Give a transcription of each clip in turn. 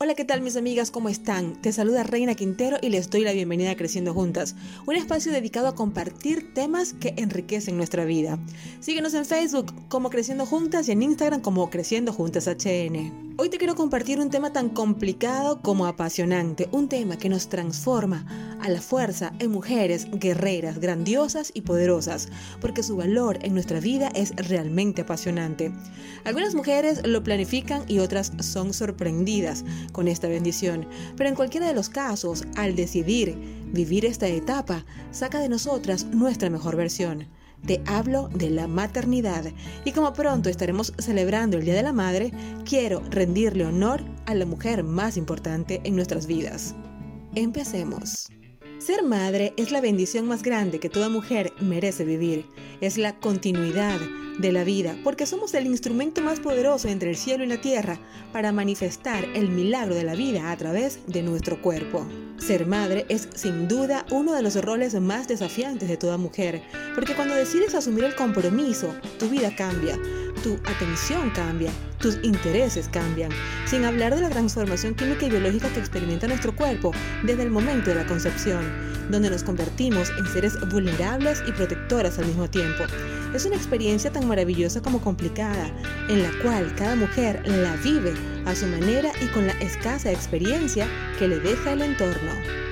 Hola, ¿qué tal mis amigas? ¿Cómo están? Te saluda Reina Quintero y les doy la bienvenida a Creciendo Juntas, un espacio dedicado a compartir temas que enriquecen nuestra vida. Síguenos en Facebook como Creciendo Juntas y en Instagram como Creciendo Juntas HN. Hoy te quiero compartir un tema tan complicado como apasionante, un tema que nos transforma a la fuerza en mujeres guerreras, grandiosas y poderosas, porque su valor en nuestra vida es realmente apasionante. Algunas mujeres lo planifican y otras son sorprendidas con esta bendición, pero en cualquiera de los casos, al decidir vivir esta etapa, saca de nosotras nuestra mejor versión. Te hablo de la maternidad y como pronto estaremos celebrando el Día de la Madre, quiero rendirle honor a la mujer más importante en nuestras vidas. Empecemos. Ser madre es la bendición más grande que toda mujer merece vivir. Es la continuidad de la vida, porque somos el instrumento más poderoso entre el cielo y la tierra para manifestar el milagro de la vida a través de nuestro cuerpo. Ser madre es sin duda uno de los roles más desafiantes de toda mujer, porque cuando decides asumir el compromiso, tu vida cambia, tu atención cambia, tus intereses cambian, sin hablar de la transformación química y biológica que experimenta nuestro cuerpo desde el momento de la concepción, donde nos convertimos en seres vulnerables y protectoras al mismo tiempo. Es una experiencia tan maravillosa como complicada, en la cual cada mujer la vive a su manera y con la escasa experiencia que le deja el entorno.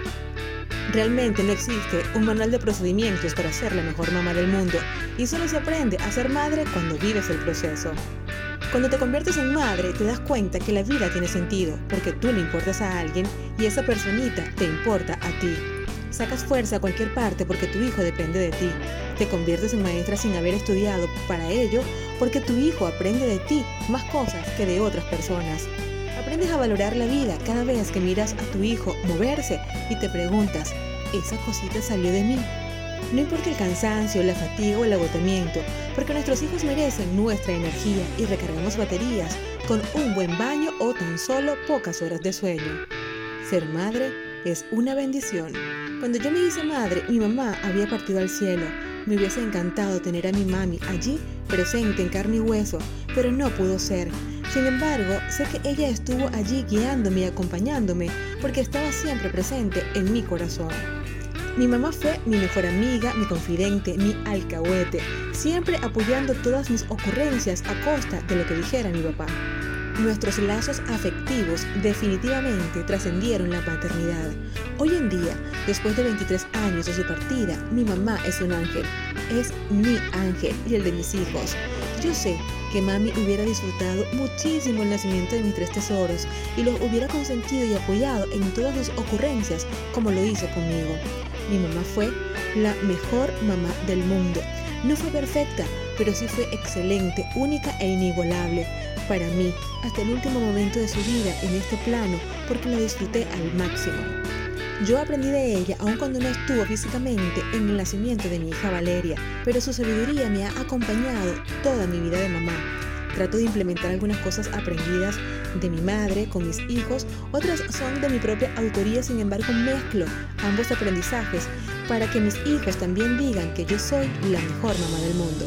Realmente no existe un manual de procedimientos para ser la mejor mamá del mundo, y solo se aprende a ser madre cuando vives el proceso. Cuando te conviertes en madre, te das cuenta que la vida tiene sentido, porque tú le importas a alguien y esa personita te importa a ti. Sacas fuerza a cualquier parte porque tu hijo depende de ti. Te conviertes en maestra sin haber estudiado para ello, porque tu hijo aprende de ti más cosas que de otras personas. Aprendes a valorar la vida cada vez que miras a tu hijo moverse y te preguntas, ¿esa cosita salió de mí? No importa el cansancio, la fatiga o el agotamiento, porque nuestros hijos merecen nuestra energía y recargamos baterías con un buen baño o tan solo pocas horas de sueño. Ser madre es una bendición. Cuando yo me hice madre, mi mamá había partido al cielo. Me hubiese encantado tener a mi mami allí, presente en carne y hueso, pero no pudo ser. Sin embargo, sé que ella estuvo allí guiándome y acompañándome, porque estaba siempre presente en mi corazón. Mi mamá fue mi mejor amiga, mi confidente, mi alcahuete, siempre apoyando todas mis ocurrencias a costa de lo que dijera mi papá. Nuestros lazos afectivos definitivamente trascendieron la paternidad. Hoy en día, después de 23 años de su partida, mi mamá es un ángel. Es mi ángel y el de mis hijos. Yo sé que mami hubiera disfrutado muchísimo el nacimiento de mis 3 tesoros y los hubiera consentido y apoyado en todas sus ocurrencias como lo hizo conmigo. Mi mamá fue la mejor mamá del mundo. No fue perfecta, pero sí fue excelente, única e inigualable para mí, hasta el último momento de su vida en este plano, porque la disfruté al máximo. Yo aprendí de ella aun cuando no estuvo físicamente en el nacimiento de mi hija Valeria, pero su sabiduría me ha acompañado toda mi vida de mamá. Trato de implementar algunas cosas aprendidas de mi madre con mis hijos, otras son de mi propia autoría, sin embargo mezclo ambos aprendizajes para que mis hijos también digan que yo soy la mejor mamá del mundo.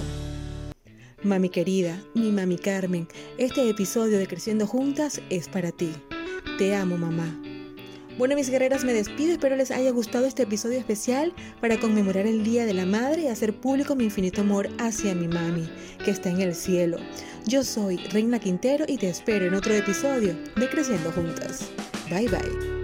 Mami querida, mi mami Carmen, este episodio de Creciendo Juntas es para ti. Te amo, mamá. Bueno, mis guerreras, me despido, espero les haya gustado este episodio especial para conmemorar el Día de la Madre y hacer público mi infinito amor hacia mi mami, que está en el cielo. Yo soy Reina Quintero y te espero en otro episodio de Creciendo Juntas. Bye bye.